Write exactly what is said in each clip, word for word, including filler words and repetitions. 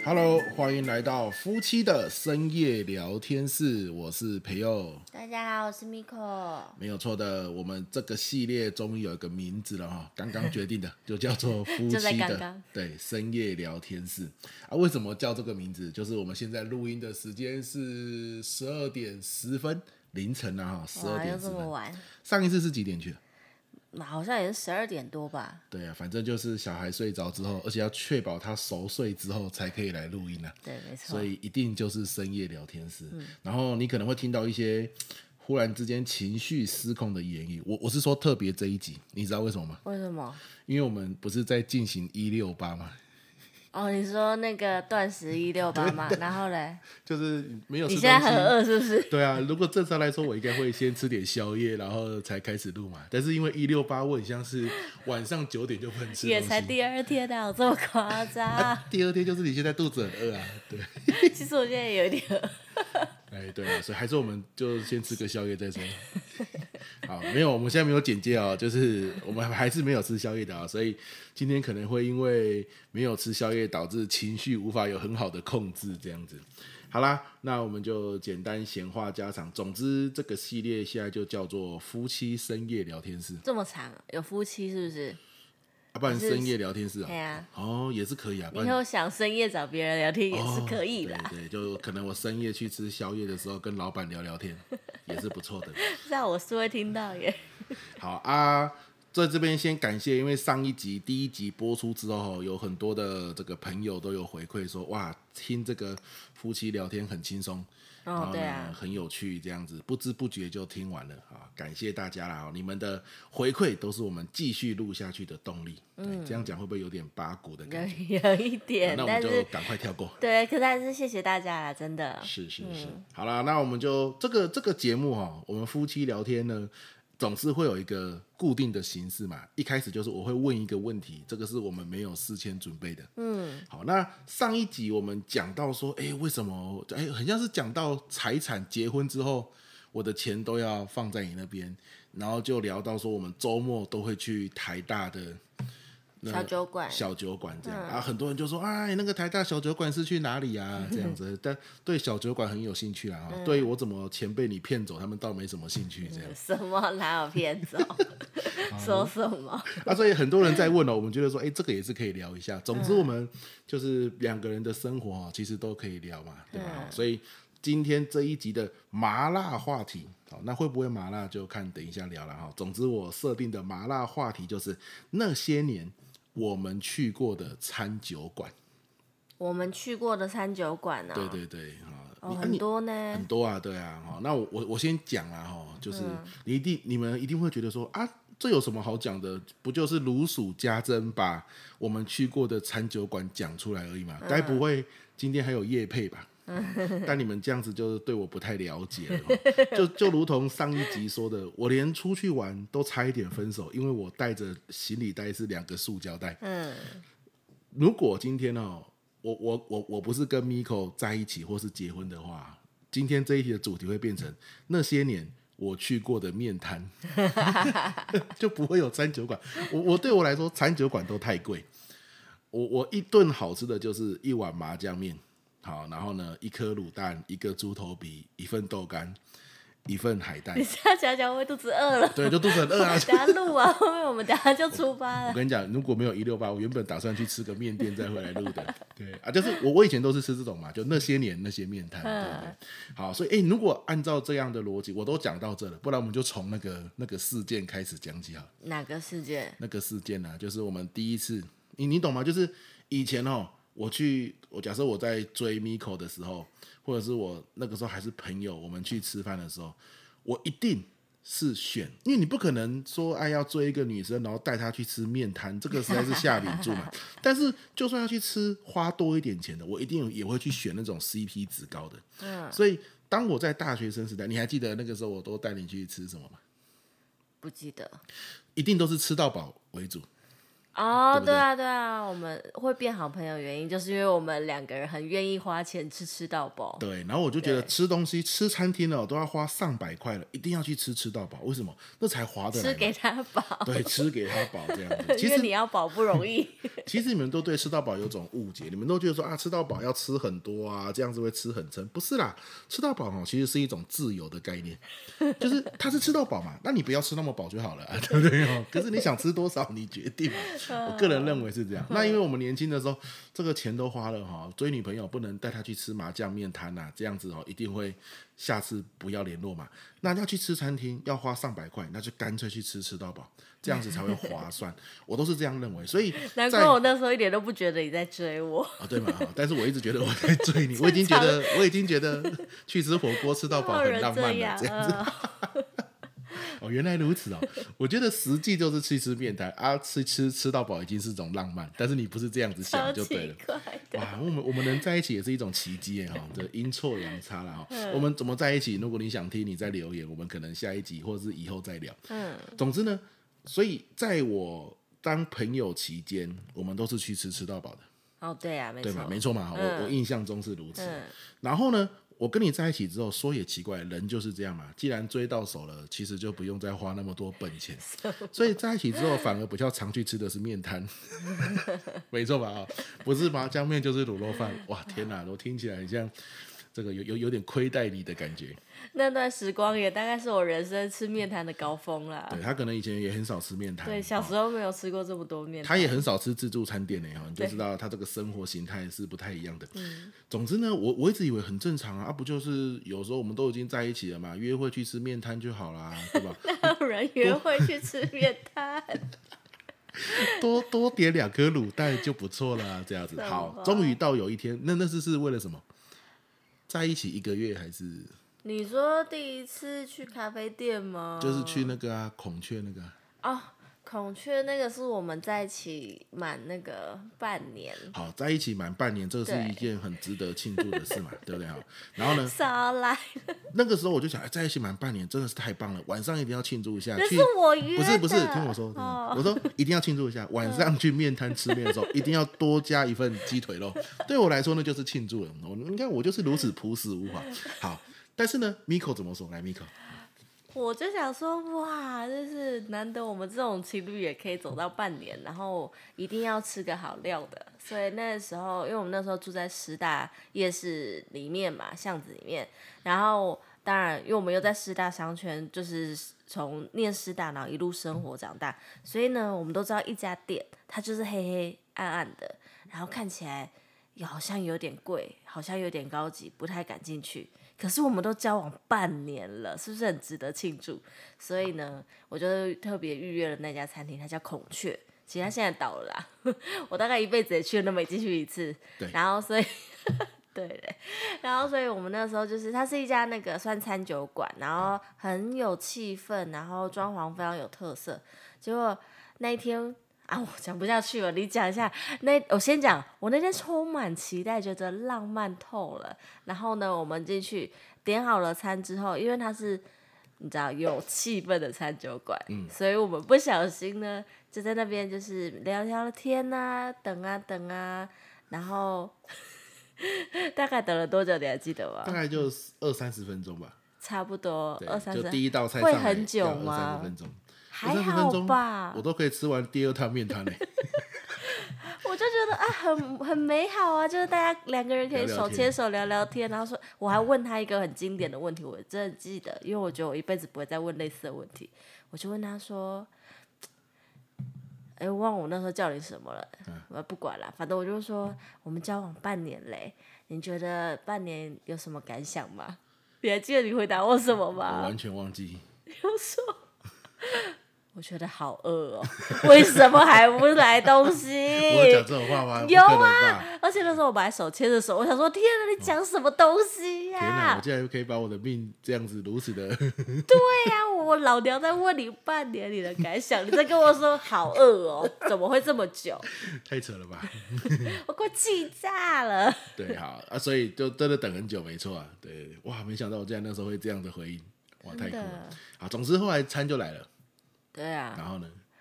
Hello，欢迎来到夫妻的深夜聊天室，我是培佑。 大家好，我是 Miko。 没有错的，我们这个系列终于有一个名字了哈，刚刚决定的，就叫做夫就在妻的刚刚对深夜聊天室啊。为什么叫这个名字？就是我们现在录音的时间是十二点十分，凌晨啊哈，十二哇，又点十分。 这么晚， 上一次是几点去的？ 好像也是十二点多吧。 对啊，反正就是小孩睡着之后，而且要确保他熟睡之后才可以来录音啊。 对，没错。 所以一定就是深夜聊天室。嗯、然后你可能会听到一些忽然之间情绪失控的言语。我我是说特别这一集，你知道为什么吗？ 为什么？ 因为我们不是在进行一六八吗？ 哦，你说那个断食一六八吗？然后嘞， 就是没有吃东西。 你现在很饿是不是？ 对啊，如果正常来说，我应该会先吃点宵夜，然后才开始录嘛。但是因为一六八，我很像是晚上九点就不能吃东西。 也才第二天哪，有这么夸张、 啊？第二天就是你现在肚子很饿啊，对。 其实我现在也有点饿。 哎，对啊，所以还是我们就先吃个宵夜再说。好，没有，我们现在没有简介哦，就是我们还是没有吃宵夜的啊，所以今天可能会因为没有吃宵夜，导致情绪无法有很好的控制，这样子。好啦，那我们就简单闲话家常。总之，这个系列现在就叫做夫妻深夜聊天室。 这么长，有夫妻是不是？ 啊，不然深夜聊天室啊？ 对啊， 哦，也是可以啊。 以后想深夜找别人聊天也是可以的、 哦。对对，就可能我深夜去吃宵夜的时候，跟老板聊聊天，也是不错的。 这样我是会听到耶。 好啊，在这边先感谢，因为上一集第一集播出之后，有很多的这个朋友都有回馈说，哇，听这个夫妻聊天很轻松。 哦，对啊， 很有趣，这样子不知不觉就听完了啊！感谢大家啦，你们的回馈都是我们继续录下去的动力。嗯，这样讲会不会有点八股的感觉？ 有一点， 啊、那我们就赶快跳过。 对，可是还是谢谢大家啦，真的。 是是是，嗯、好啦，那我们就这个这个节目哈，我们夫妻聊天呢，总是会有一个固定的形式嘛。一开始就是我会问一个问题，这个是我们没有事先准备的。嗯，好，那上一集我们讲到说，哎，为什么？哎，很像是讲到财产，结婚之后，我的钱都要放在你那边，然后就聊到说，我们周末都会去台大的。 小酒馆， 小酒馆这样、嗯、啊，很多人就说，哎，那个台大小酒馆是去哪里啊？这样子，但对小酒馆很有兴趣啊。嗯、对我怎么钱被你骗走，他们倒没什么兴趣。这样、嗯、 什么哪有骗走？说什么？ 啊，所以很多人在问哦，我们觉得说，哎，这个也是可以聊一下。总之，我们就是两个人的生活啊，其实都可以聊嘛，对吧？嗯、所以今天这一集的麻辣话题，好，那会不会麻辣就看等一下聊了哈。总之，我设定的麻辣话题就是那些年。我们去过的餐酒馆， 我们去过的餐酒馆啊、 哦，对对对， 哦，很多呢， 很多啊，对啊，那我我我先讲啦哈，就是你一定、嗯、你们一定会觉得说啊，这有什么好讲的？不就是如数家珍，把我们去过的餐酒馆讲出来而已嘛？该、嗯、不会今天还有业配吧？但你们这样子就对我不太了解了，就就如同上一集说的，我连出去玩都差一点分手，因为我带着行李袋是两个塑胶袋。嗯，如果今天哦，我我我我不是跟 Miko 在一起或是结婚的话，今天这一题的主题会变成那些年我去过的面摊，就不会有餐酒馆。我我对我来说，餐酒馆都太贵。我我一顿好吃的就是一碗麻酱面。好，然后呢，一颗卤蛋，一个猪头皮，一份豆干，一份海带。 你这样讲讲，我会肚子饿了。 对，就肚子很饿啊。 等下录完，后面我们等下就出发了。 我跟你讲，如果没有一六八，我原本打算去吃个面店再回来录的。对啊，就是我我以前都是吃这种嘛，就那些年那些面摊，对不对？好，所以哎，如果按照这样的逻辑，我都讲到这了，不然我们就从那个那个事件开始讲起好了。 哪个事件？ 那个事件呢、啊，就是我们第一次，你你懂吗？就是以前哦。我去，我假设我在追 Miko 的时候，或者是我那个时候还是朋友，我们去吃饭的时候，我一定是选，因为你不可能说哎要追一个女生，然后带她去吃面摊，这个实在是下饼注嘛。但是就算要去吃花多一点钱的，我一定也会去选那种 C P 值高的。嗯，所以当我在大学生时代，你还记得那个时候我都带你去吃什么吗？ 不记得， 一定都是吃到饱为主。 哦， 对不对对啊，对啊，我们会变好朋友，原因就是因为我们两个人很愿意花钱吃吃到饱。 对，然后我就觉得对吃东西吃餐厅哦都要花上百块了，一定要去吃吃到饱，为什么？那才划得来嘛。 吃给他饱， 对，吃给他饱这样子。其因为实你要饱不容易。 其实你们都对吃到饱有种误解，你们都觉得说啊，吃到饱要吃很多啊，这样子会吃很撑。不是啦，吃到饱哦，其实是一种自由的概念，就是它是吃到饱嘛，那你不要吃那么饱就好了、啊，对不对哦？可是你想吃多少你决定嘛。我个人认为是这样。那因为我们年轻的时候，这个钱都花了哈，追女朋友不能带她去吃麻酱面摊呐，这样子哦，一定会下次不要联络嘛。那要去吃餐厅要花上百块，那就干脆去吃吃到饱，这样子才会划算。我都是这样认为，所以难怪我那时候一点都不觉得你在追我。 啊，对嘛？但是我一直觉得我在追你，我已经觉得我已经觉得去吃火锅吃到饱很浪漫了，这样子。 呃哦，原来如此哦！我觉得实际就是去吃面摊啊，吃吃吃到饱已经是一种浪漫，但是你不是这样子想就对了。 超奇怪的。 哇，我们我们能在一起也是一种奇迹耶哈，这阴错阳差啦哈。我们怎么在一起？如果你想听，你再留言，我们可能下一集或者是以后再聊。 嗯， 总之呢，所以在我当朋友期间，我们都是去吃吃到饱的， 哦，对啊，没错， 对吧？没错嘛， 嗯我我印象中是如此。 嗯， 然后呢，我跟你在一起之后，说也奇怪，人就是这样嘛。既然追到手了，其实就不用再花那么多本钱。所以在一起之后，反而比较常去吃的是面摊，没错吧？啊，不是麻酱面就是卤肉饭。哇，天哪，我听起来很像这个有有有点亏待你的感觉。 那段时光也大概是我人生吃面摊的高峰啦。 对，他可能以前也很少吃面摊， 对，小时候没有吃过这么多面摊。 他也很少吃自助餐店呢，你就知道他这个生活形态是不太一样的。总之呢，我我一直以为很正常啊，啊不就是有时候我们都已经在一起了嘛，约会去吃面摊就好啦，对吧？ 哪有人约会去吃面摊？ 多多点两颗卤蛋就不错啦，这样子。好，终于到有一天，那那是是为了什么？在一起一个月还是？ 你说第一次去咖啡店吗？ 就是去那个啊，孔雀那个、啊。 哦，孔雀那个是我们在一起满那个半年。 好，在一起满半年，这是一件很值得庆祝的事嘛，对不对？好，然后呢， 少来， 那个时候我就想，哎，在一起满半年真的是太棒了，晚上一定要庆祝一下。去那是我约的。 不是不是，听我说， 哦、 我说一定要庆祝一下，晚上去面摊吃面的时候，一定要多加一份鸡腿肉。对我来说，那就是庆祝了。我你看，我就是如此朴实无华。好，但是呢 ，Miko 怎么说？来 ，Miko。 我就想说，哇，就是难得我们这种情侣也可以走到半年，然后一定要吃个好料的。所以那时候，因为我们那时候住在师大夜市里面嘛，巷子里面，然后当然，因为我们又在师大商圈，就是从念师大然后一路生活长大，所以呢，我们都知道一家店它就是黑黑暗暗的，然后看起来好像有点贵，好像有点高级，不太敢进去。可是我们都交往半年了，是不是很值得庆祝？所以呢，我就特别预约了那家餐厅，它叫孔雀。其实它现在倒了啦，我大概一辈子也去了那么进去一次。 对， 然后所以对对，然后所以我们那时候就是它是一家那个算餐酒馆，然后很有气氛，然后装潢非常有特色。结果那一天。啊，我讲不下去了，你讲一下。那我先讲，我那天充满期待，觉得浪漫透了。然后呢，我们进去点好了餐之后，因为它是你知道有气氛的餐酒馆，嗯、所以我们不小心呢，就在那边就是聊聊天啊，等啊等啊，然后大概等了多久？你还记得吗？ 大概就二三十分钟吧， 差不多二三十。 就第一道菜会很久吗？ 二三十分钟。 还好吧， 我都可以吃完第二趟面摊嘞。 我就觉得啊，很很美好啊，就是大家两个人可以手牵手聊聊天，然后说，我还问他一个很经典的问题，我真的记得，因为我觉得我一辈子不会再问类似的问题，我就问他说，哎，我忘了我那时候叫你什么了，我不管了，反正我就说我们交往半年嘞，你觉得半年有什么感想吗？你还记得你回答我什么吗？ 我完全忘记。 你就说。我觉得好饿哦，为什么还不来东西？ 我有讲这种话吗？ 有啊，而且那时候我本来手牵着手，我想说天啊，你讲什么东西呀、啊？ 天哪，我竟然可以把我的命这样子如此的。 对呀、啊，我老娘在问你半年你的感想，你在跟我说好饿哦，怎么会这么久？ 太扯了吧！ 我快气炸了。 对，好啊，所以就真的等很久，没错啊。对，哇，没想到我竟然那时候会这样的回应，哇，太酷了。好，总之后来餐就来了。 对啊， 然后呢？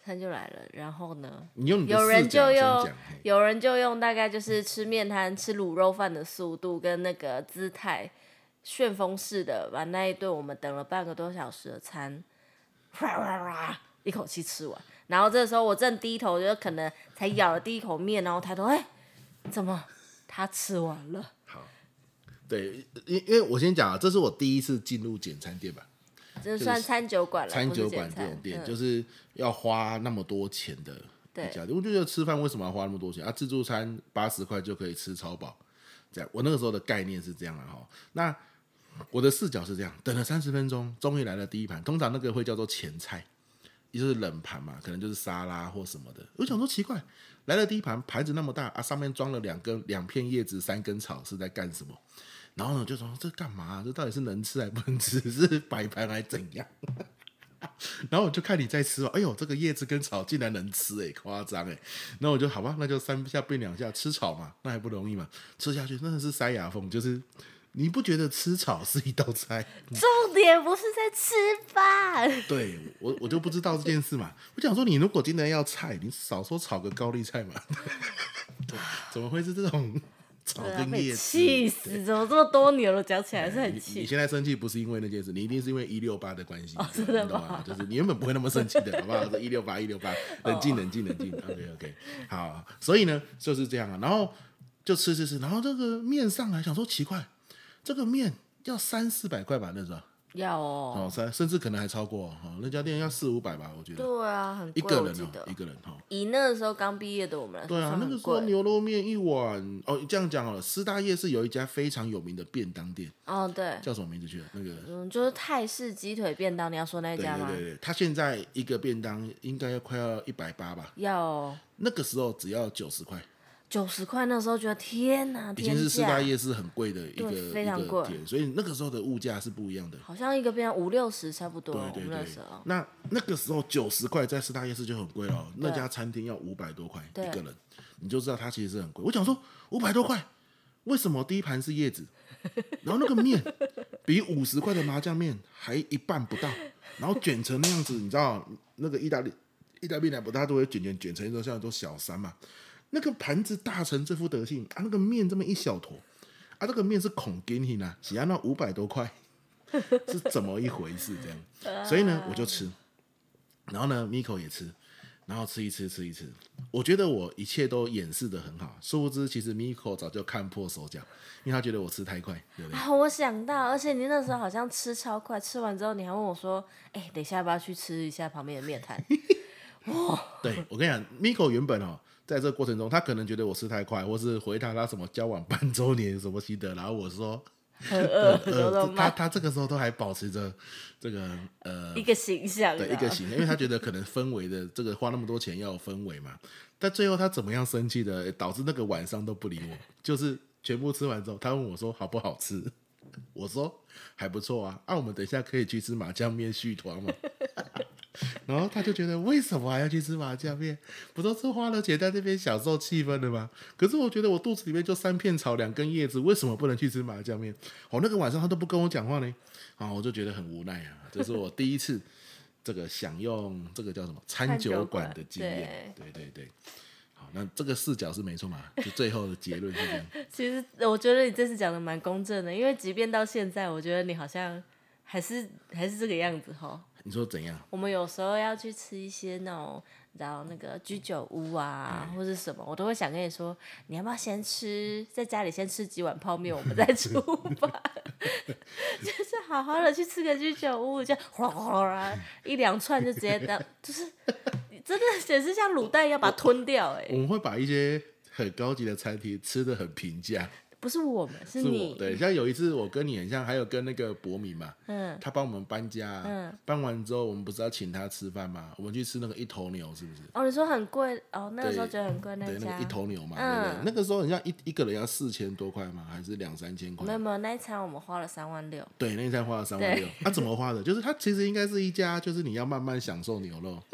餐就来了，然后呢？ 你用你的有人视角先就用讲，嘿有人就用大概就是吃面摊、吃卤肉饭的速度跟那个姿态，旋风式的把那一顿我们等了半个多小时的餐，哗哗哗一口气吃完。然后这时候我正低头，就可能才咬了第一口面，然后抬头，哎、怎么他吃完了？ 好，对，因因为我先讲啊，这是我第一次进入简餐店吧。 这算餐酒馆了， 餐酒馆不是简餐这种店， 嗯就是要花那么多钱的对一家店。我就觉得吃饭为什么要花那么多钱啊？自助餐八十块就可以吃超饱，这样。我那个时候的概念是这样啊哈。那我的视角是这样，等了三十分钟，终于来了第一盘。通常那个会叫做前菜，也就是冷盘嘛，可能就是沙拉或什么的。我想说奇怪，来了第一盘，盘子那么大啊，上面装了两根两片叶子，三根草，是在干什么？然后呢，就说这干嘛、啊？这到底是能吃还不能吃？是摆盘还怎样？然后我就看你在吃哦，哎呦，这个叶子跟草竟然能吃哎，夸张哎！然后我就好吧，那就三下变两下，吃草嘛，那还不容易嘛？吃下去真的是塞牙缝，就是你不觉得吃草是一道菜？ 重点不是在吃饭， 对我我就不知道这件事嘛。我想说，你如果今天要菜，你少说炒个高丽菜嘛。对，怎么会是这种？草跟叶子， 气死！怎么这么多牛了？讲起来是很你你气。 现在生气不是因为那件事，你一定是因为一六八的关系， 哦你真的吗懂吗？就是你原本不会那么生气的，好不好？这一六八一六八，冷静冷静冷静。OK OK， 好，所以呢就是这样啊，然后就吃吃吃，然后这个面上来，想说奇怪，这个面要三四百块吧那时候。 要哦， 哦，三甚至可能还超过哦，那家店要四五百吧，我觉得对啊，很贵， 一个人哦， 我记得一。个人哦。 以那个时候刚毕业的我们来说， 对啊， 算很那个时候贵牛肉面一碗哦，这样讲好了，师大夜市有一家非常有名的便当店， 哦，对， 叫什么名字去了？那个嗯，就是泰式鸡腿便当，你要说那一对家吗？ 对对对，他现在一个便当应该要快要一百八吧， 要哦那个时候只要九十块， 九十块，那时候觉得天哪， 已天价经是四大，夜市很贵的一个对非常一个贵店，所以那个时候的物价是不一样的。 好像一个便当五六十差不多， 对对我们那对时候， 那那个时候九十块在四大夜市就很贵了哦，那家餐厅要五百多块对一个人，你就知道它其实是很贵。我想说五百多块，为什么第一盘是叶子，然后那个面比五十块的麻酱面还一半不到，然后卷成那样子，你知道那个意大利意大利面不大都会卷卷卷成一种像都小山嘛，那个盘子大成这副德性啊，那个面这么一小坨啊，这个面是孔给你呢，只要那五百多块。是怎么一回事？这样，所以呢，我就吃，然后呢，Miko 也吃，然后吃一吃，吃一吃。我觉得我一切都掩饰的很好，殊不知其实 Miko 早就看破手脚，因为他觉得我吃太快，对不对？ 啊，我想到，而且你那时候好像吃超快，吃完之后你还问我说：“哎、等一下要不要去吃一下旁边的面摊对，我跟你讲，Miko 原本哦，在这个过程中，他可能觉得我吃太快，或是回答他什么交往半周年什么心得，然后我说。 很饿，有呃，他的吗？ 他这个时候都还保持着这个呃一个形象， 对一个形象，因为他觉得可能氛围的这个花那么多钱要有氛围嘛。但最后他怎么样生气的，导致那个晚上都不理我，就是全部吃完之后，他问我说好不好吃，我说还不错啊，啊我们等一下可以去吃麻酱面续团嘛。然后他就觉得为什么还要去吃麻酱面？不都是花了钱在那边享受气氛的吗？可是我觉得我肚子里面就三片草两根叶子，为什么不能去吃麻酱面？哦，那个晚上他都不跟我讲话呢，啊，我就觉得很无奈啊。这是我第一次这个享用这个叫什么餐酒馆的经验，对对对。好，那这个视角是没错嘛？就最后的结论是这样。 其实我觉得你这次讲的蛮公正的，因为即便到现在，我觉得你好像还是还是这个样子哈。 你说怎样？ 我们有时候要去吃一些那种，你知道那个居酒屋啊，或是什么，我都会想跟你说，你要不要先吃，在家里先吃几碗泡面，我们再出发，就是好好的去吃个居酒屋，就哗哗啦一两串就直接当，就是真的简直像卤蛋一样把它吞掉哎、 我们会把一些很高级的餐厅吃的很平价。 不是我们，是是你。 我对，像有一次我跟你很像，还有跟那个博明嘛， 嗯， 他帮我们搬家、啊， 嗯搬完之后我们不是要请他吃饭吗？我们去吃那个一头牛，是不是？ 哦，你说很贵哦，那个时候对觉得很贵那对，那家。 个一头牛嘛， 嗯对不对？那个时候很像一一个人要四千多块吗？还是两三千块没？有没有，那一餐我们花了三万六。 对，那一餐花了三万六。他、怎么花的？就是他其实应该是一家，就是你要慢慢享受牛肉，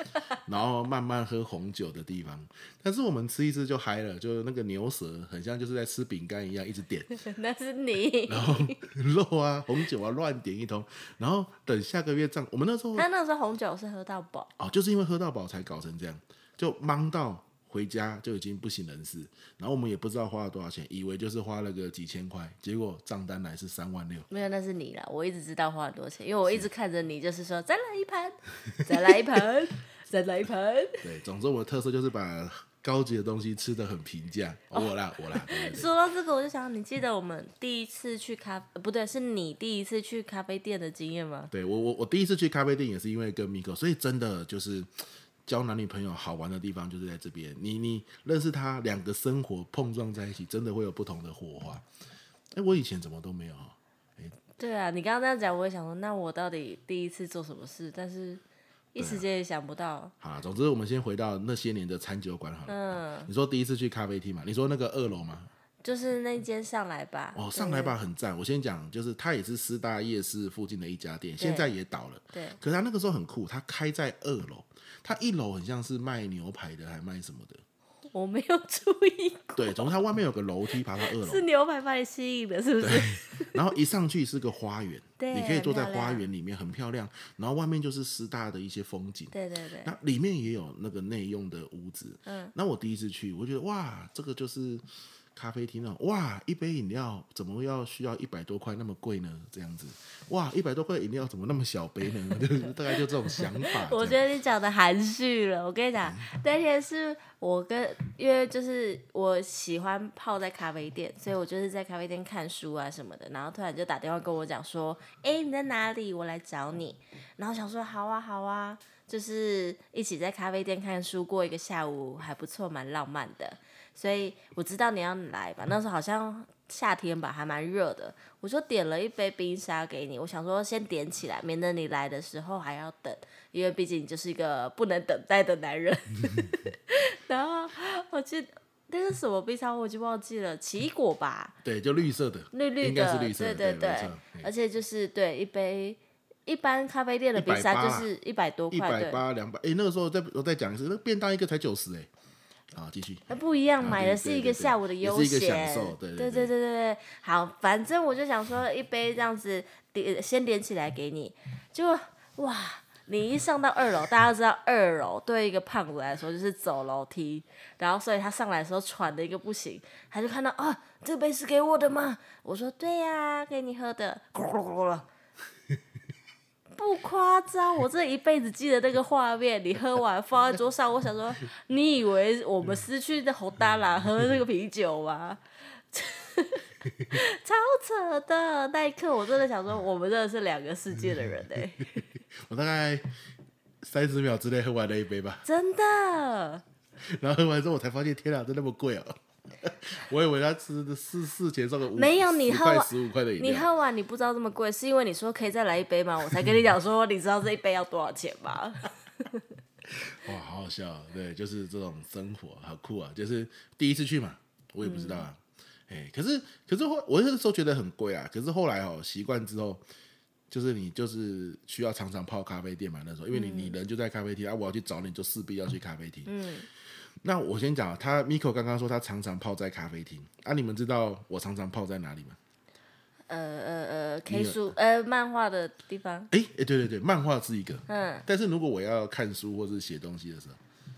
然后慢慢喝红酒的地方。但是我们吃一吃就嗨了，就那个牛舌很像就是在吃饼干一样，一直点。 那是你。 然后肉啊、红酒啊乱点一通，然后等下个月账，我们那时候他那时候红酒是喝到饱。 哦，就是因为喝到饱才搞成这样，就忙到回家就已经不省人事，然后我们也不知道花了多少钱，以为就是花了个几千块，结果账单来是三万六。 没有，那是你啦，我一直知道花了多少钱，因为我一直看着你，就是说再来一盘，再来一盘，再来一盘。 对，总之我的特色就是把高级的东西吃得很平价。哦、我啦，我啦。对对对， 说到这个，我就想，你记得我们第一次去咖，呃不对，是你第一次去咖啡店的经验吗？ 对我我我第一次去咖啡店也是因为跟 Miko， 所以真的就是交男女朋友好玩的地方就是在这边。你你认识他，两个生活碰撞在一起，真的会有不同的火花。哎，我以前怎么都没有。 对啊，你刚刚这样讲，我也想说，那我到底第一次做什么事？但是一时间也想不到。 好啦，总之我们先回到那些年的餐酒馆好了。 嗯， 你说第一次去咖啡厅嘛？你说那个二楼嘛？ 就是那间上来吧。 哦，上来吧很赞。我先讲，就是它也是师大夜市附近的一家店，现在也倒了。 对。 可是它那个时候很酷，它开在二楼，它一楼很像是卖牛排的，还卖什么的。 我没有注意过。 对，总之它外面有个楼梯爬到二楼。 是牛排把你吸引的，是不是？ 然后一上去是个花园， 对， 你可以坐在花园里面，很漂亮。然后外面就是师大的一些风景。 对对对。 那里面也有那个内用的屋子。 嗯。 那我第一次去，我觉得哇，这个就是咖啡厅哦，哇，一杯饮料怎么要需要一百多块那么贵呢？这样子，哇，一百多块饮料怎么那么小杯呢？大概就这种想法。 我觉得你讲的含蓄了。我跟你讲，那天是我跟，因为就是我喜欢泡在咖啡店，所以我就是在咖啡店看书啊什么的。然后突然就打电话跟我讲说：“哎、欸，你在哪里？我来找你。”然后想说：“好啊，好啊。”就是一起在咖啡店看书，过一个下午还不错，蛮浪漫的。所以我知道你要来吧，那时候好像夏天吧，还蛮热的。我就点了一杯冰沙给你，我想说先点起来，免得你来的时候还要等，因为毕竟你就是一个不能等待的男人。然后我记得那是什么冰沙，我已经忘记了，奇异果吧？ 对，就绿色的， 绿绿的， 应该是绿色的， 对对对。 对， 而且就是对一杯。一般咖啡店的冰沙就是一百多块， 一百八两百。哎，那个时候再我再讲一次，那便当一个才九十哎。好，继续。 那不一样，买的是一个下午的悠闲， 也是一个享受，对对对对对对。好，反正我就想说一杯这样子点先点起来给你，就哇，你一上到二楼，大家都知道二楼对一个胖子来说就是走楼梯，然后所以他上来的时候喘的一个不行，他就看到啊，这杯是给我的吗？我说对呀、啊，给你喝的，咕噜咕噜。不夸张，我这一辈子记得那个画面。你喝完放在桌上，我想说，你以为我们失去的红大郎喝那个啤酒吗？超扯的！那一刻我真的想说，我们真的是两个世界的人哎、欸。 我大概三十秒之内喝完了一杯吧。 真的。 然后喝完之后，我才发现，天啊，这那么贵哦！我以为他吃的四四钱算个五， 没有你喝完十五块的饮料， 你喝完你不知道这么贵，是因为你说可以再来一杯吗？我才跟你讲说，你知道这一杯要多少钱吗？ 哇，好好笑、哦，对，就是这种生活，好酷啊！就是第一次去嘛，我也不知道啊，哎、嗯，可是可是后我那时候觉得很贵啊，可是后来哦习惯之后，就是你就是需要常常泡咖啡店嘛，那时候因为你、嗯、你人就在咖啡厅啊，我要去找你就势必要去咖啡厅，嗯。那我先讲，他 Miko 刚刚说他常常泡在咖啡厅啊，你们知道我常常泡在哪里吗？ 呃呃呃 ，K 书呃漫画的地方。 哎哎、欸，对对对，漫画是一个， 嗯，但是如果我要看书或是写东西的时候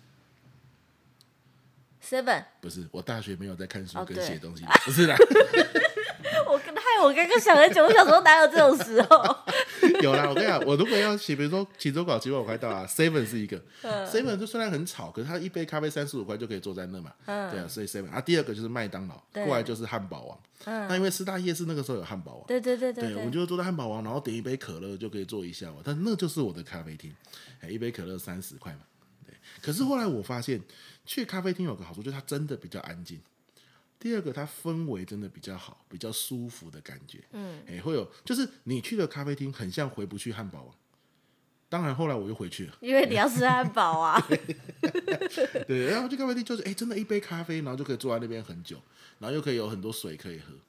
，Seven 不是，我大学没有在看书跟写东西， 哦、 不是啦。 我害我刚刚想很久，我想说哪有这种时候？ 有啦，我跟你讲，我如果要写，比如说期中考期末我快到啊 ，Seven 是一个、嗯、，Seven 就虽然很吵，可是它一杯咖啡三十五块就可以坐在那嘛，嗯、对啊，所以 Seven 啊，第二个就是麦当劳，过来就是汉堡王，嗯、那因为师大夜市那个时候有汉堡王， 对对对 对, 对， 对我们就坐在汉堡王，然后点一杯可乐就可以坐一下午，但那就是我的咖啡厅，一杯可乐三十块嘛，对。可是后来我发现去咖啡厅有个好处，就是它真的比较安静。第二个，它氛围真的比较好，比较舒服的感觉。嗯，哎、欸，会有，就是你去的咖啡厅很像回不去汉堡王。当然，后来我又回去了， 因为你要吃汉堡啊。 对，然后去咖啡厅就是，哎、欸，真的，一杯咖啡，然后就可以坐在那边很久，然后又可以有很多水可以喝。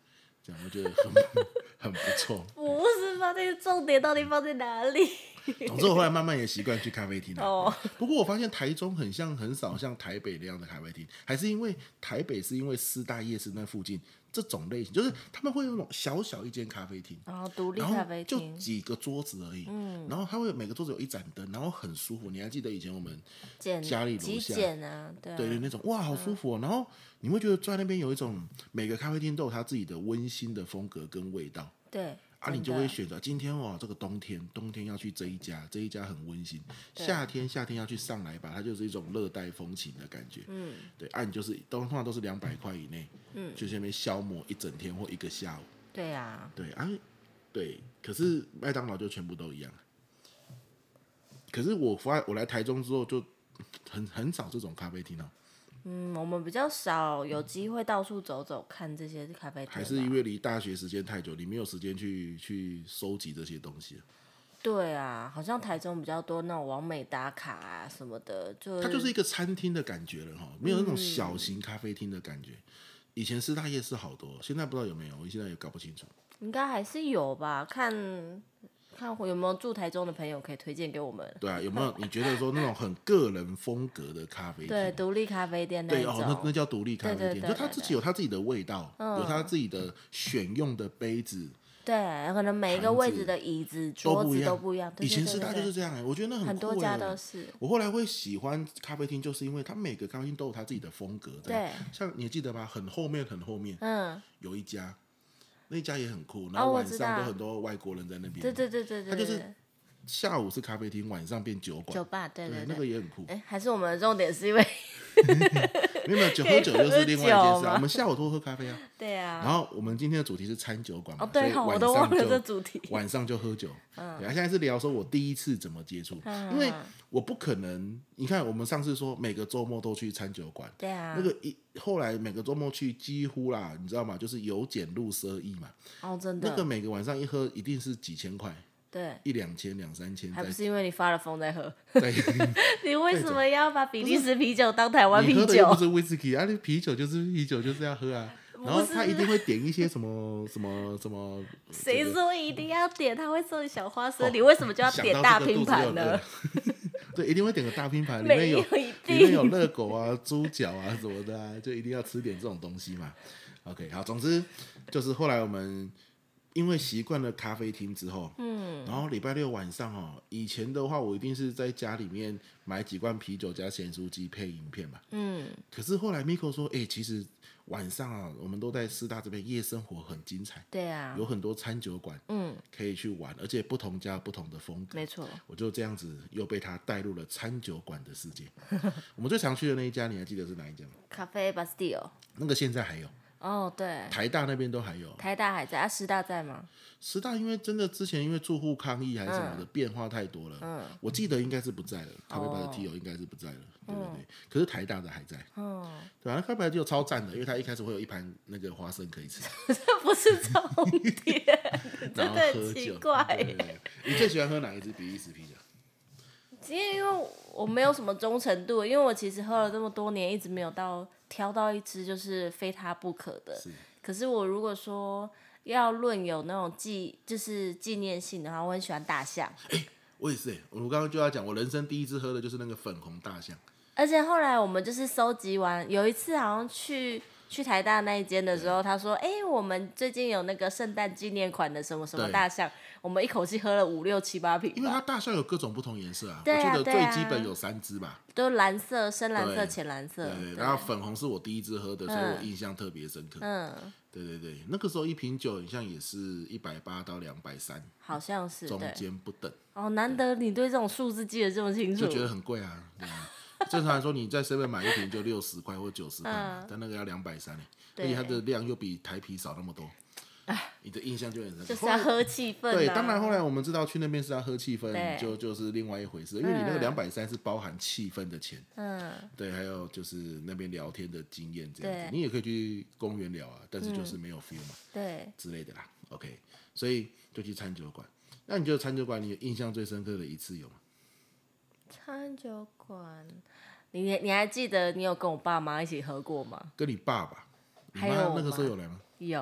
这样我觉得很很不错。 不是吧？那个重点到底放在哪里？ 总之，我后来慢慢也习惯去咖啡厅了。 哦， 不过我发现台中很像很少像台北那样的咖啡厅，还是因为台北是因为师大夜市那附近这种类型，就是他们会有那种小小一间咖啡厅， 然后独立然后咖啡就厅， 几个桌子而已，嗯，然后它会每个桌子有一盏灯，然后很舒服。你还记得以前我们简家里楼极下简啊，对啊对对那种哇，好舒服哦。然后你会觉得在那边有一种每个咖啡厅都有它自己的温馨的风格跟味道。 对啊，你真的就会选择今天哦，这个冬天，冬天要去这一家，这一家很温馨。 对夏天，夏天要去上来吧，它就是一种热带风情的感觉。 嗯， 对，啊，你就是都通常都是两百块以内，嗯，就在那边消磨一整天或一个下午。 对啊， 对啊，对，可是麦当劳就全部都一样。可是我发我来台中之后就很很少这种咖啡厅哦， 嗯，我们比较少有机会到处走走看这些咖啡店吧， 还是因为离大学时间太久，你没有时间去去收集这些东西。 对啊，好像台中比较多那种网美打卡啊什么的，就它就是一个餐厅的感觉了哈，没有那种小型咖啡厅的感觉。以前师大夜市好多，现在不知道有没有，我现在也搞不清楚。 应该还是有吧，看看有没有住台中的朋友可以推荐给我们。 对啊，有没有你觉得说那种很个人风格的咖啡厅？ 对，独立咖啡店那一种， 对哦，那那叫独立咖啡店， 对对对就他自己有他自己的味道， 嗯有他自己的选用的杯子， 对，可能每一个位置的椅子、桌子都不一样。对以前师对对对对大就是这样哎、我觉得那很多酷哎、 家都是。 我后来会喜欢咖啡厅，就是因为它每个咖啡厅都有它自己的风格在。 对， 像你记得吧？很后面很后面嗯， 有一家，那一家也很酷，然后晚哦我知道上都很多外国人在那边。 对对对对对， 它就是对下午是咖啡厅，晚上变酒馆。 酒吧，对对对那个也很酷。 哎，还是我们的重点是因为没有没有，酒喝酒又是另外一件喝酒吗事啊。我们下午都喝咖啡啊。 对啊。 然后我们今天的主题是餐酒馆嘛， 哦，对哈， 所以晚我都忘了上就这主题。 晚上就喝酒。嗯，对啊，现在是聊说我第一次怎么接触， 嗯因为我不可能，你看我们上次说每个周末都去餐酒馆， 对啊。 那个一后来每个周末去几乎啦，你知道吗？就是由俭入奢易嘛。 哦，真的。 那个每个晚上一喝一定是几千块， 对， 一两千、两三千， 还不是因为你发了疯在喝？ 对， 你为什么要把比利时啤酒当台湾啤你喝的又不酒？ 是威士忌啊，那啤酒就是啤酒就是要喝啊。然后他一定会点一些什么什么什么， 谁说一定要点？他会送你小花生， 哦你为什么就要想点大到这个肚子拼盘呢就很饿？对，一定会点个大拼盘，里面有没有一定里面有热狗啊、猪脚啊什么的啊，就一定要吃点这种东西嘛。OK， 好，总之就是后来我们因为习惯了咖啡厅之后，嗯，然后礼拜六晚上哦，以前的话我一定是在家里面买几罐啤酒加咸酥鸡配影片嘛，嗯，可是后来 Miko 说，哎、欸，其实晚上啊，我们都在师大这边夜生活很精彩， 对啊， 有很多餐酒馆，嗯，可以去玩，而且不同家不同的风格， 没错。 我就这样子又被他带入了餐酒馆的世界。我们最常去的那一家，你还记得是哪一家吗？ 咖啡 Bastille。 那个现在还有， 哦，对， 台大那边都还有。 台大还在啊？师大在吗？ 师大因为真的之前因为住户抗议还是什么的、 嗯、 变化太多了，嗯，我记得应该是不在了，咖啡吧的 T O 应该是不在了，对对对。嗯、可是台大的还在，嗯，对啊，那咖啡吧 T O 超赞的，因为它一开始会有一盘那个花生可以吃， 这不是重点， 然后喝很奇酒。 怪。 对对对，你最喜欢喝哪一支比利时啤酒？ 因为因为我没有什么忠诚度，因为我其实喝了这么多年，一直没有到挑到一支就是非它不可的。 是可是我如果说要论有那种纪就是纪念性的话，我很喜欢大象。 欸、我也是哎、欸，我刚刚就要讲，我人生第一次喝的就是那个粉红大象。 而且后来我们就是收集完，有一次好像去去台大那一间的时候，他说：“哎、欸，我们最近有那个圣诞纪念款的什么什么大象。”我们一口气喝了五六七八瓶， 因为它大象有各种不同颜色啊， 对啊我记得最对啊基本有三只吧， 都蓝色、深蓝色、 对浅蓝色。 对对， 对然后粉红是我第一支喝的，所以我印象特别深刻。 嗯， 对对对，那个时候一瓶酒好像也是一百八到两百三， 好像是中对。 间不等。 哦，难得你对这种数字记得这么清楚， 就觉得很贵啊。对啊正常来说，你在seven买一瓶就六十块或九十块嘛， 嗯但那个要两百三而对且它的量又比台啤少那么多，你的印象就很深刻。 就是要喝气氛、啊。 对，当然后来我们知道去那边是要喝气氛， 对就就是另外一回事，因为你那个嗯两百三是包含气氛的钱， 嗯， 对，还有就是那边聊天的经验这样子对， 你也可以去公园聊啊，但是就是没有 feel 嘛， 对， 之类的啦。OK， 所以就去餐酒馆。那你觉得餐酒馆你印象最深刻的一次有吗？ 餐酒馆，你你还记得你有跟我爸妈一起喝过吗？ 跟你爸爸，你还有我妈那个时候吗有来吗？ 有，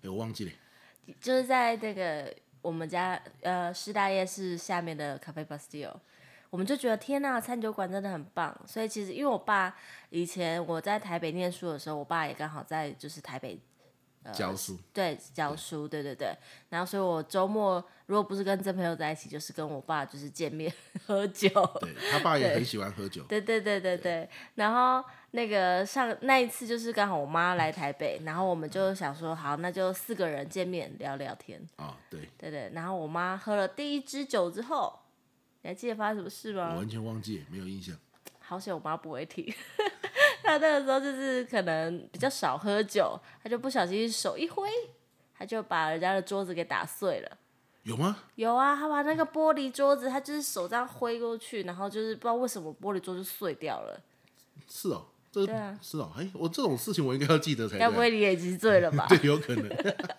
哎，我忘记了。 就是在那个我们家呃师大夜市下面的咖啡 Bastille， 我们就觉得天呐，餐酒馆真的很棒。所以其实因为我爸以前我在台北念书的时候，我爸也刚好在就是台北。呃、 教书对教书，对对对，然后所以我周末如果不是跟真朋友在一起，就是跟我爸就是见面喝酒。 对他爸也很喜欢喝酒。 对对对对对，然后那个上那一次就是刚好我妈来台北，然后我们就想说好，那就四个人见面聊聊天。 啊、哦，对对对，然后我妈喝了第一支酒之后，你还记得发生什么事吗？ 我完全忘记，没有印象。 好险我妈不会提。他那个时候就是可能比较少喝酒，他就不小心手一挥，他就把人家的桌子给打碎了。 有吗？ 有啊，他把那个玻璃桌子，他就是手这样挥过去，然后就是不知道为什么玻璃桌就碎掉了。 是哦，这对啊， 是哦，哎，我这种事情我应该要记得才对、啊。 该不会你也已经醉了吧？ 对，有可能。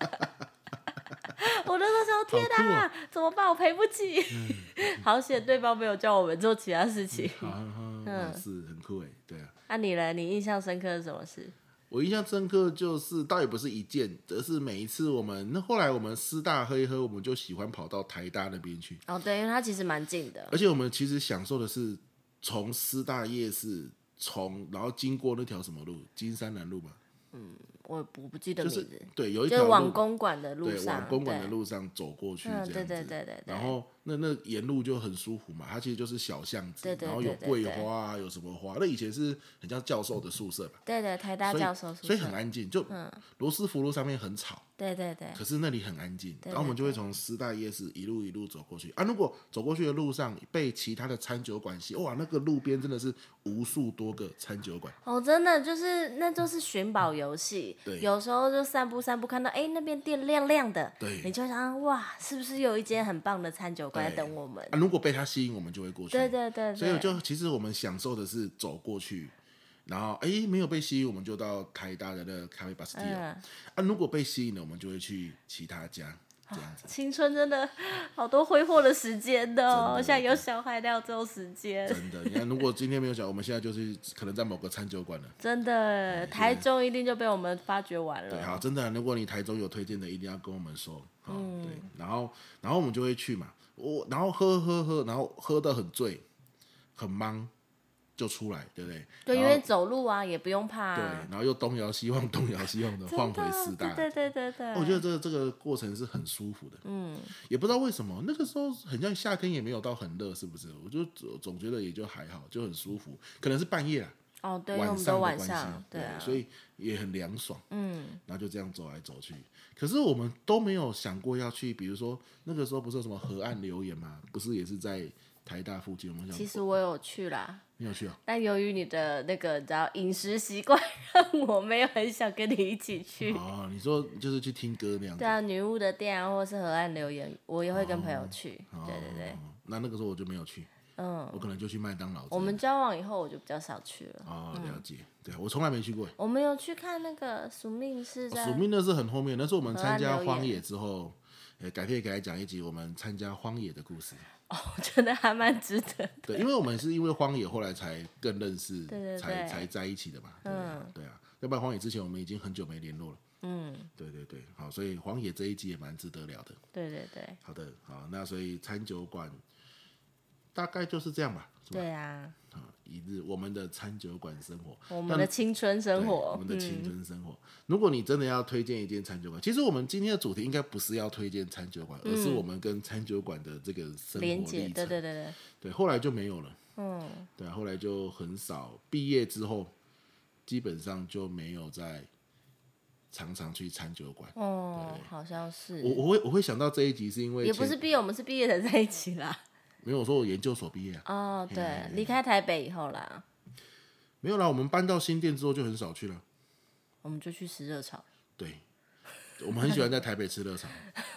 我那时候天哪、啊，怎么办？我赔不起。嗯、好险，对方没有叫我们做其他事情。 嗯，嗯是很酷哎，对啊。 那、啊、你呢？你印象深刻是什么事？ 我印象深刻就是，倒也不是一件，而是每一次我们那后来我们师大喝一喝，我们就喜欢跑到台大那边去。 哦，对，因为它其实蛮近的。 而且我们其实享受的是从师大夜市，从然后经过那条什么路，金山南路嘛。 嗯，我我不记得名字。 就是、对，有一条路，就是往公馆的路上， 对，往公馆的路上走过去这样子。 嗯、对对对对对。 然后那那沿路就很舒服嘛，它其实就是小巷子， 对对对对对， 然后有桂花啊，有什么花，那以前是很像教授的宿舍吧？ 对对，台大教授宿舍， 所以很安静。就罗斯福路上面很吵， 对对对， 可是那里很安静。 对对对， 然后我们就会从师大夜市一路一路走过去啊。如果走过去的路上被其他的餐酒馆吸，哇，那个路边真的是无数多个餐酒馆。 哦，真的就是那就是寻宝游戏。 对， 有时候就散步散步，看到哎那边店亮亮的， 对， 你就想哇，是不是有一间很棒的餐酒馆在等我们？ 啊，如果被它吸引，我们就会过去。 对对 对, 对， 所以就其实我们享受的是走过去。然后哎，没有被吸引，我们就到台大的那个咖啡 Bastille、嗯、啊。如果被吸引了，我们就会去其他家，这样子。 哦、青春真的好多挥霍的时间的哦，现在有小孩哪有这种时间？ 真的，你看，如果今天没有小孩，我们现在就是可能在某个餐酒馆了。 真的，嗯、台中一定就被我们发掘完了。 对，好，真的，如果你台中有推荐的，一定要跟我们说。哦、嗯，对，然后然后我们就会去嘛，我然后喝喝喝，然后喝得很醉，很忙。就出来，对不对？ 对，因为走路啊，也不用怕、啊。 对，然后又东摇西晃，东摇西晃的晃回师大。 对对对对。 我觉得这个这个过程是很舒服的。嗯。也不知道为什么，那个时候很像夏天，也没有到很热，是不是？我就总觉得也就还好，就很舒服。可能是半夜啦。 哦，对， 晚上的关系， 对啊， 所以也很凉爽。 嗯。 然后就这样走来走去，可是我们都没有想过要去，比如说那个时候不是有什么河岸留言吗？不是也是在台大附近？我们想， 其实我有去啦。 你有去啊？ 但由于你的那个你知道饮食习惯，让我没有很想跟你一起去。 哦，你说就是去听歌那样子？ 对啊，女巫的店啊，或者是河岸留言，我也会跟朋友去。哦、对对对。 那那个时候我就没有去。嗯。我可能就去麦当劳。 我们交往以后，我就比较少去了。 哦，了解。嗯、对啊，我从来没去过。 我们有去看那个署名是在。 署名那是很后面，那是我们参加荒野之后，呃，改天给他讲一集我们参加荒野的故事。 哦，我觉得还蛮值得的。 对，因为我们是因为荒野后来才更认识， 对对对， 才才在一起的嘛。对啊，嗯、对啊，要不然荒野之前我们已经很久没联络了。嗯，对对对，好，所以荒野这一集也蛮值得聊的。 对对对。 好的，好，那所以餐酒馆大概就是这样吧。 对啊。 一日我们的餐酒馆生活， 我们的青春生活， 我们的青春生活、嗯。如果你真的要推荐一间餐酒馆，其实我们今天的主题应该不是要推荐餐酒馆、嗯，而是我们跟餐酒馆的这个生活历程。 对对对对。 对，后来就没有了。嗯。对，后来就很少。毕业之后，基本上就没有再常常去餐酒馆。 哦，好像是。 我我会我会想到这一集，是因为也不是毕业，我们是毕业才在一起啦。 没有，我说我研究所毕业啊。 哦，对，离开台北以后啦。 没有啦，我们搬到新店之后就很少去了。 我们就去吃热炒。 对，我们很喜欢在台北吃热炒。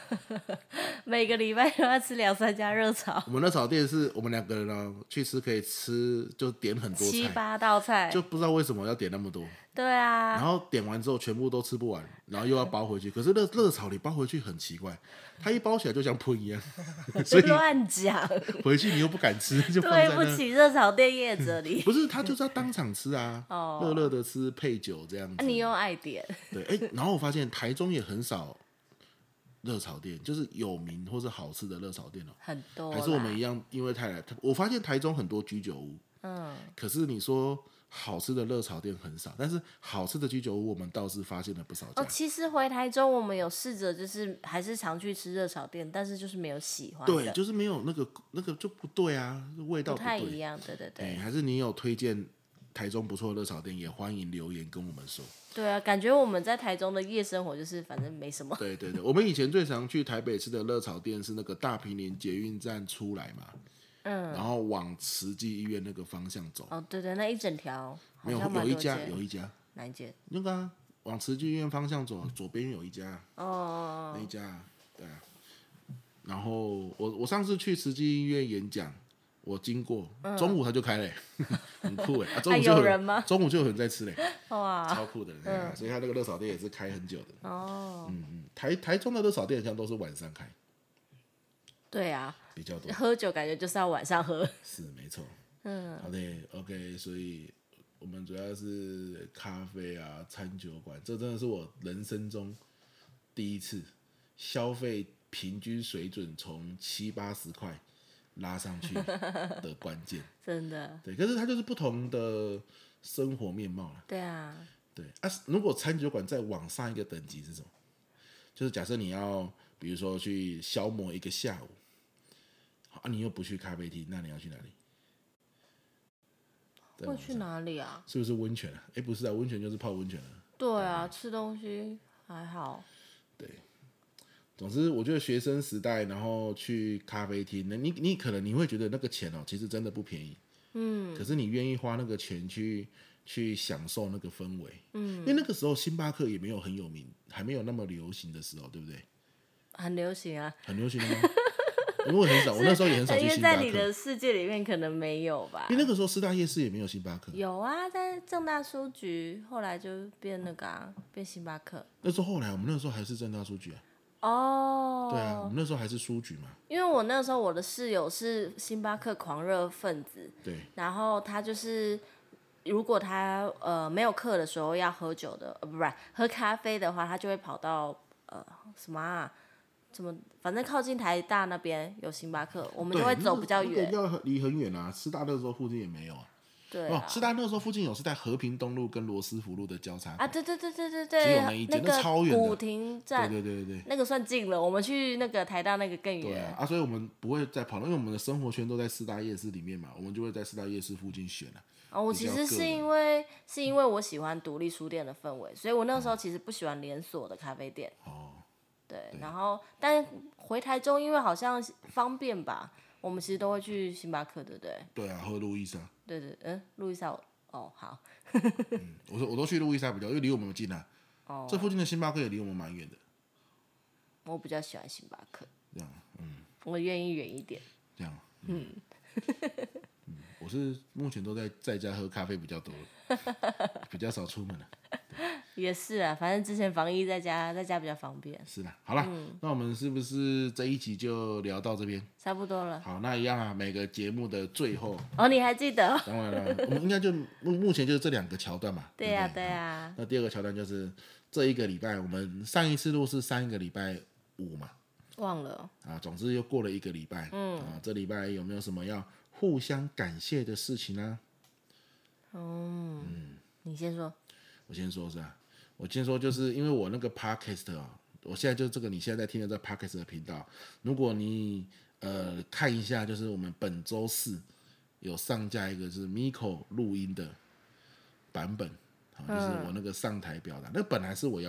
每个礼拜都要吃两三家热炒， 我们热炒店是我们两个人呢去吃可以吃就点很多菜， 七八道菜， 就不知道为什么要点那么多。 对啊， 然后点完之后全部都吃不完，然后又要包回去。可是热热炒你包回去很奇怪，它一包起来就像喷一样，所以乱讲， 回去你又不敢吃，就放在那。 对不起热炒店业者里。 不是，他就是要当场吃啊，热热的吃配酒这样子。 啊、你又爱点， 对，哎，然后我发现台中也很少热炒店，就是有名或是好吃的热炒店哦， 很多。 还是我们一样，因为太来，我发现台中很多居酒屋，嗯，可是你说好吃的热炒店很少，但是好吃的居酒屋我们倒是发现了不少家。 哦，其实回台中我们有试着，就是还是常去吃热炒店，但是就是没有喜欢的， 对，就是没有那个那个就不对啊，味道不不太一样，对对对。 哎，还是你有推荐台中不错的热炒店，也欢迎留言跟我们说。 对啊，感觉我们在台中的夜生活就是反正没什么。 对对对，我们以前最常去台北吃的热炒店是那个大坪林捷运站出来嘛，嗯，然后往慈济医院那个方向走。 哦，对对，那一整条没有，有一家有一家， 哪一间？ 那个、啊、往慈济医院方向走，左边有一家。 哦， 那一家，对啊。然后我我上次去慈济医院演讲。我经过，中午他就开嘞，很酷哎！啊，中午就有人吗？ 中午就有人在吃嘞， 哇， 超酷的，嗯、所以他那个热炒店也是开很久的。 哦， 嗯嗯，台台中的热炒店好像都是晚上开， 对啊， 比较多。 喝酒感觉就是要晚上喝， 是没错。嗯，好的 ，OK， 所以我们主要是咖啡啊、餐酒馆，这真的是我人生中第一次消费平均水准从七八十块。拉上去的关键， 真的对，可是它就是不同的生活面貌了。 对啊， 对啊，如果餐酒馆再往上一个等级是什么？就是假设你要，比如说去消磨一个下午，啊，你又不去咖啡厅，那你要去哪里？ 会去哪里啊？ 是不是温泉啊？哎，不是啊，温泉就是泡温泉了。 对啊，吃东西还好。 对。总之，我觉得学生时代，然后去咖啡厅，那你你可能你会觉得那个钱哦，其实真的不便宜，嗯，可是你愿意花那个钱去去享受那个氛围，嗯，因为那个时候星巴克也没有很有名，还没有那么流行的时候，对不对？ 很流行啊， 很流行的吗？因为很少，我那时候也很少去星巴克。 因为在你的世界里面可能没有吧？ 因为那个时候师大夜市也没有星巴克。 有啊，在正大书局，后来就变那个啊，变星巴克。 那是后来，我们那时候还是正大书局啊。 哦， 对啊，我们那时候还是书局嘛。 因为我那时候我的室友是星巴克狂热分子， 对， 然后他就是如果他呃没有课的时候要喝酒的，呃不是喝咖啡的话，他就会跑到呃什么啊，怎么反正靠近台大那边有星巴克，我们就会走比较远， 那个离很远啊。师大那时候附近也没有啊。 对啊， 哦，师大那时候附近有是在和平东路跟罗斯福路的交叉啊，对对对对对对， 只有那一间，那超远的古亭站， 对对对对对， 那个算近了，我们去那个台大那个更远。 对啊，啊，所以我们不会再跑了，因为我们的生活圈都在师大夜市里面嘛，我们就会在师大夜市附近选了。 哦，我其实是因为是因为我喜欢独立书店的氛围，所以我那时候其实不喜欢连锁的咖啡店。 哦， 对，然后但回台中，因为好像方便吧，我们其实都会去星巴克，对不对？ 对啊，喝路易莎。 对对，嗯，路易莎，哦，好。 嗯，我说我都去路易莎比较，因为离我们近啊。哦。这附近的星巴克也离我们蛮远的。 我比较喜欢星巴克。 这样，嗯。 我愿意远一点。 这样，嗯。嗯，我是目前都在在家喝咖啡比较多，比较少出门了。 也是啊，反正之前防疫在家，在家比较方便。 是啦，好啦，嗯、那我们是不是这一集就聊到这边？ 差不多了。 好，那一样啊，每个节目的最后， 哦，你还记得？ 当然了，我们应该就目目前就是这两个桥段嘛。 对呀、啊，对呀、啊。 那第二个桥段就是这一个礼拜，我们上一次录是上一个礼拜五嘛？ 忘了。 啊，总之又过了一个礼拜。嗯。啊，这礼拜有没有什么要互相感谢的事情呢？ 嗯。嗯，你先说。 我先说是吧？我先说，就是因为我那个 podcast 啊，我现在就这个你现在在听的这 podcast 的频道，如果你呃看一下，就是我们本周四有上架一个是 Miko 录音的版本，好，就是我那个上台表达，那本来是我要录，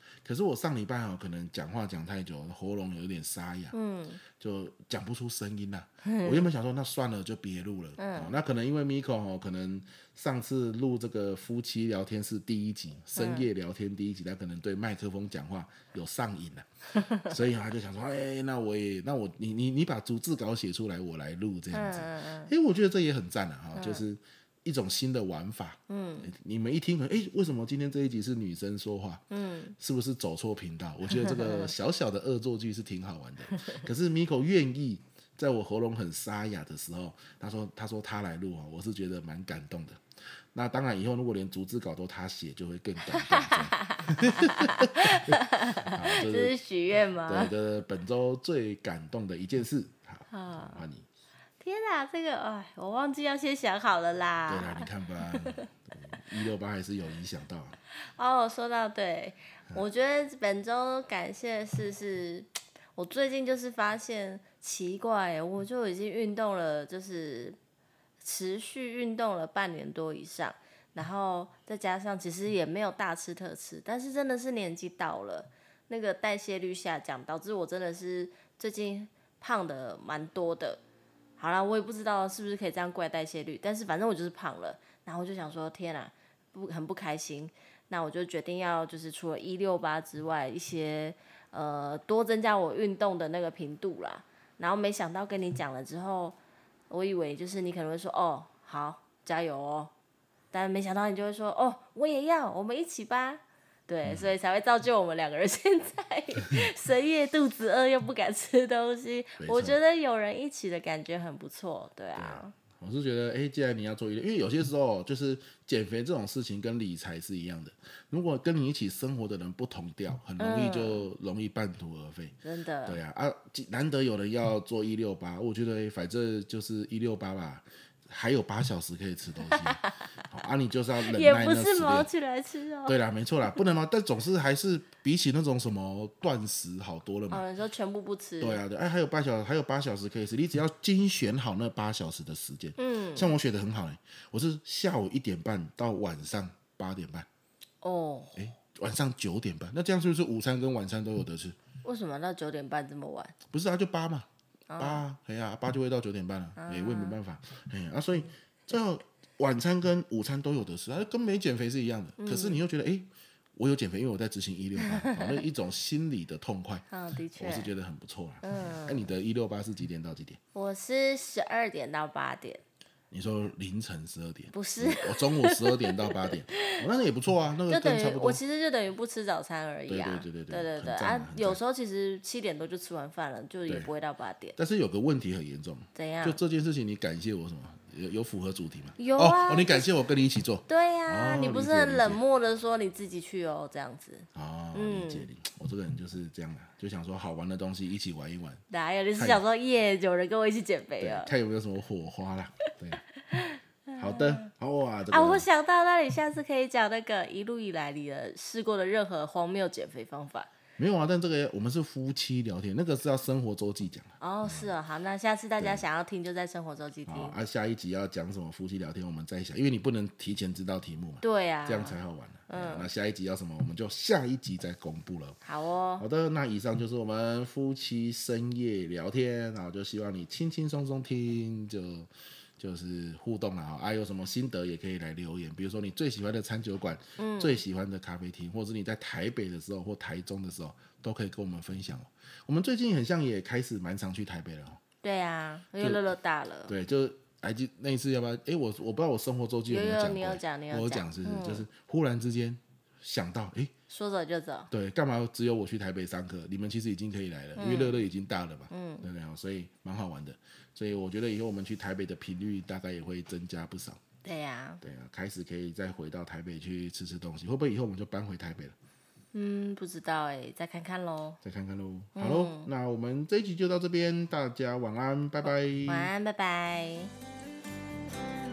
可是我上礼拜哦，可能讲话讲太久，喉咙有点沙哑，嗯，就讲不出声音啦。我原本想说，那算了，就别录了。嗯、哦，那可能因为 Miko 哦，可能上次录这个夫妻聊天是第一集，深夜聊天第一集，他可能对麦克风讲话有上瘾了，所以他就想说，哎，那我也，那我你你你把逐字稿写出来，我来录这样子。哎、嗯，我觉得这也很赞啊，哈、嗯，就是一种新的玩法。嗯，你们一听，哎，为什么今天这一集是女生说话？嗯，是不是走错频道？我觉得这个小小的恶作剧是挺好玩的。可是 Miko 愿意在我喉咙很沙哑的时候，他说他说他来录，我是觉得蛮感动的。那当然，以后如果连逐字稿都他写，就会更感动。 这是许愿吗？ 对，这是本周最感动的一件事。好，换你。 天哪，这个哎，我忘记要先想好了啦。 对啦，你看吧，一六八还是有影响到。 哦，说到对，我觉得本周感谢的事是，我最近就是发现奇怪，我就已经运动了，就是持续运动了半年多以上，然后再加上其实也没有大吃特吃，但是真的是年纪到了，那个代谢率下降，导致我真的是最近胖的蛮多的。好啦，我也不知道是不是可以这样怪代谢率，但是反正我就是胖了，然后我就想说，天啊，不很不开心，那我就决定要就是除了一六八之外，一些呃多增加我运动的那个频度啦。然后没想到跟你讲了之后，我以为就是你可能会说哦好加油哦，但没想到你就会说哦我也要，我们一起吧。对，所以才会造就我们两个人现在深夜肚子饿又不敢吃东西。我觉得有人一起的感觉很不错，对啊。 我是觉得，哎、欸，既然你要做一，因为有些时候就是减肥这种事情跟理财是一样的，如果跟你一起生活的人不同调，很容易就容易半途而废。 真的。 对啊，啊，难得有人要做一六八，我觉得、欸、反正就是一六八吧。还有八小时可以吃东西，啊，你就是要忍耐那也不是毛起来吃哦。 对啦，没错啦，不能嘛，但总是还是比起那种什么断食好多了嘛。 哦，你说全部不吃？ 对啊，对，哎，还有八小时，还有八小时可以吃，你只要精选好那八小时的时间。嗯，像我选的很好哎，我是下午一点半到晚上八点半。 哦， 哎，晚上九点半，那这样是不是午餐跟晚餐都有得吃？ 为什么到九点半这么晚？ 不是啊，就八嘛。八，哎呀，八就会到九点半了，哎，我也没办法，哎啊，所以这晚餐跟午餐都有得吃，啊，跟没减肥是一样的。嗯、可是你又觉得，哎，我有减肥，因为我在执行一六八，那一种心理的痛快， 嗯，的确， 我是觉得很不错啦。嗯，那你的一六八是几点到几点？ 我是十二点到八点。 你说凌晨十二点？ 不是， 我中午十二点到八点，哦，那个也不错啊，那个跟差不多。 我其实就等于不吃早餐而已啊。 对对对对对对对啊！有时候其实七点多就吃完饭了，就也不会到八点。 但是有个问题很严重。 怎样？ 就这件事情，你感谢我什么？有有符合主题吗？ 有啊。 哦，你感谢我跟你一起做。 对呀，你不是很冷漠的说你自己去哦，这样子。 哦，理解理解。我这个人就是这样的，就想说好玩的东西一起玩一玩。 哪有？你是想说耶，有人跟我一起减肥啊？ 看有没有什么火花啦。对。好的，好哇、这个。 啊，我想到，那你下次可以讲那个一路以来你的试过的任何荒谬减肥方法。 没有啊，但这个我们是夫妻聊天，那个是要生活周记讲。 哦，是哦，好，那下次大家想要听就在生活周记听。 啊，下一集要讲什么夫妻聊天，我们再想，因为你不能提前知道题目嘛。 对啊， 这样才好玩、啊、嗯，那下一集要什么，我们就下一集再公布了。 好哦。 好的，那以上就是我们夫妻深夜聊天，然后就希望你轻轻松松听就。就是互动啦，啊，有什么心得也可以来留言，比如说你最喜欢的餐酒馆、嗯、最喜欢的咖啡厅，或者是你在台北的时候或台中的时候，都可以跟我们分享哦。我们最近很像也开始蛮常去台北了哦。 对啊，因为乐乐大了。 对，就还记那一次要不要？哎，我我不知道我生活周记有没有讲过。 有有，你有讲，你有讲。我有讲是不是、嗯？就是忽然之间想到，哎， 说走就走。 对，干嘛只有我去台北上课？你们其实已经可以来了，嗯、因为乐乐已经大了嘛，嗯，对不对？所以蛮好玩的。所以我觉得以后我们去台北的频率大概也会增加不少。 对呀、啊， 对啊，开始可以再回到台北去吃吃东西，会不会以后我们就搬回台北了？ 嗯，不知道哎，再看看喽。 再看看喽。好喽、嗯，那我们这一集就到这边，大家晚安，拜拜。 晚安，拜拜。